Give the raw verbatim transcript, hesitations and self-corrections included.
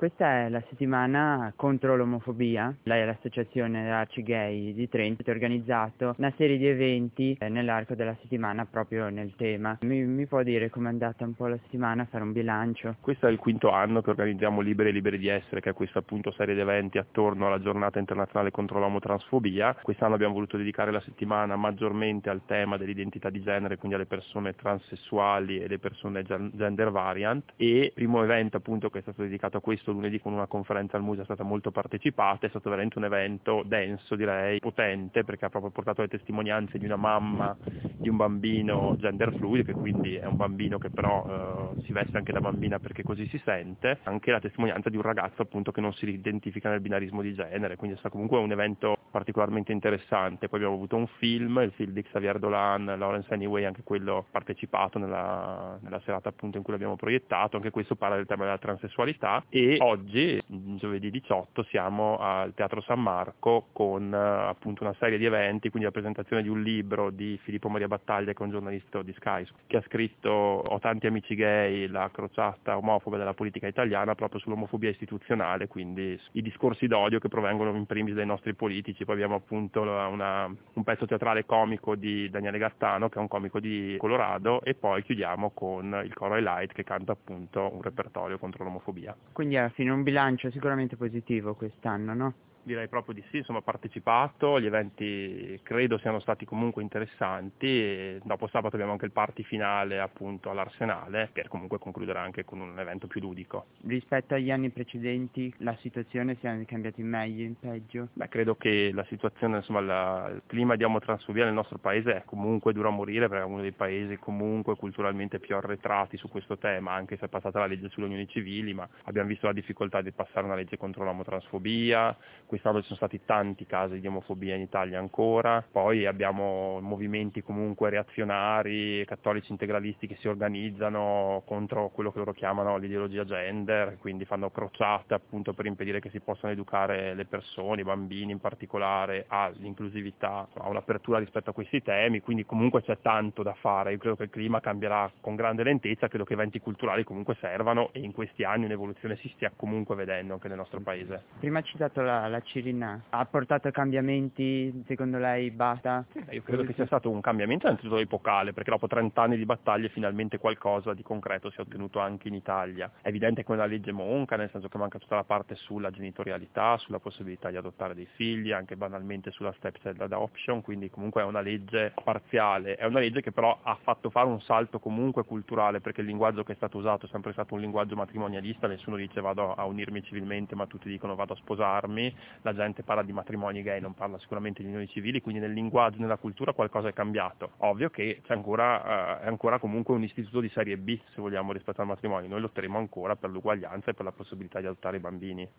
Questa è la settimana contro l'omofobia. Lei è l'associazione Arci Gay di Trento, che ha organizzato una serie di eventi eh, nell'arco della settimana proprio nel tema. Mi, mi può dire com'è andata un po' la settimana, fare un bilancio? Questo è il quinto anno che organizziamo Liberi e Liberi di Essere, che è questa appunto serie di eventi attorno alla giornata internazionale contro l'omotransfobia. Quest'anno abbiamo voluto dedicare la settimana maggiormente al tema dell'identità di genere, quindi alle persone transessuali e le persone gender variant, e il primo evento appunto che è stato dedicato a questo lunedì con una conferenza al Museo è stata molto partecipata, è stato veramente un evento denso, direi, potente, perché ha proprio portato le testimonianze di una mamma di un bambino gender fluid, che quindi è un bambino che però eh, si veste anche da bambina perché così si sente, anche la testimonianza di un ragazzo appunto che non si identifica nel binarismo di genere, quindi è stato comunque un evento particolarmente interessante. Poi abbiamo avuto un film, il film di Xavier Dolan, Lawrence Anyway, anche quello partecipato nella, nella serata appunto in cui l'abbiamo proiettato, anche questo parla del tema della transessualità. E oggi, giovedì diciotto, siamo al Teatro San Marco con uh, appunto una serie di eventi, quindi la presentazione di un libro di Filippo Maria Battaglia, che è un giornalista di Sky, che ha scritto Ho tanti amici gay, la crociata omofoba della politica italiana, proprio sull'omofobia istituzionale, quindi i discorsi d'odio che provengono in primis dai nostri politici. Poi abbiamo appunto una, un pezzo teatrale comico di Daniele Gattano, che è un comico di Colorado, e poi chiudiamo con il coro Light, che canta appunto un repertorio contro l'omofobia. Quindi alla fine un bilancio sicuramente positivo quest'anno, no? Direi proprio di sì, insomma, ho partecipato, gli eventi credo siano stati comunque interessanti, e dopo sabato abbiamo anche il party finale appunto all'Arsenale, che comunque concluderà anche con un evento più ludico. Rispetto agli anni precedenti la situazione sia cambiata in meglio, in peggio? Beh, credo che la situazione, insomma, la, il clima di omotransfobia nel nostro paese è comunque duro a morire, perché è uno dei paesi comunque culturalmente più arretrati su questo tema, anche se è passata la legge sulle unioni civili, ma abbiamo visto la difficoltà di passare una legge contro l'omotransfobia. Quest'anno ci sono stati tanti casi di omofobia in Italia ancora, poi abbiamo movimenti comunque reazionari, cattolici integralisti che si organizzano contro quello che loro chiamano l'ideologia gender, quindi fanno crociate appunto per impedire che si possano educare le persone, i bambini in particolare, all'inclusività, a un'apertura rispetto a questi temi, quindi comunque c'è tanto da fare. Io credo che il clima cambierà con grande lentezza, credo che eventi culturali comunque servano, e in questi anni un'evoluzione si stia comunque vedendo anche nel nostro paese. Prima ha citato la, la Cirinà, ha portato cambiamenti, secondo lei basta? Io credo che sia stato un cambiamento innanzitutto epocale, perché dopo trent'anni di battaglie finalmente qualcosa di concreto si è ottenuto anche in Italia. È evidente che è una legge monca, nel senso che manca tutta la parte sulla genitorialità, sulla possibilità di adottare dei figli, anche banalmente sulla step-child adoption, quindi comunque è una legge parziale, è una legge che però ha fatto fare un salto comunque culturale, perché il linguaggio che è stato usato è sempre stato un linguaggio matrimonialista, nessuno dice vado a unirmi civilmente, ma tutti dicono vado a sposarmi, la gente parla di matrimoni gay, non parla sicuramente di unioni civili, quindi nel linguaggio, nella cultura qualcosa è cambiato. Ovvio che c'è ancora, eh, è ancora comunque un istituto di serie B, se vogliamo, rispetto al matrimonio. Noi lotteremo ancora per l'uguaglianza e per la possibilità di adottare i bambini.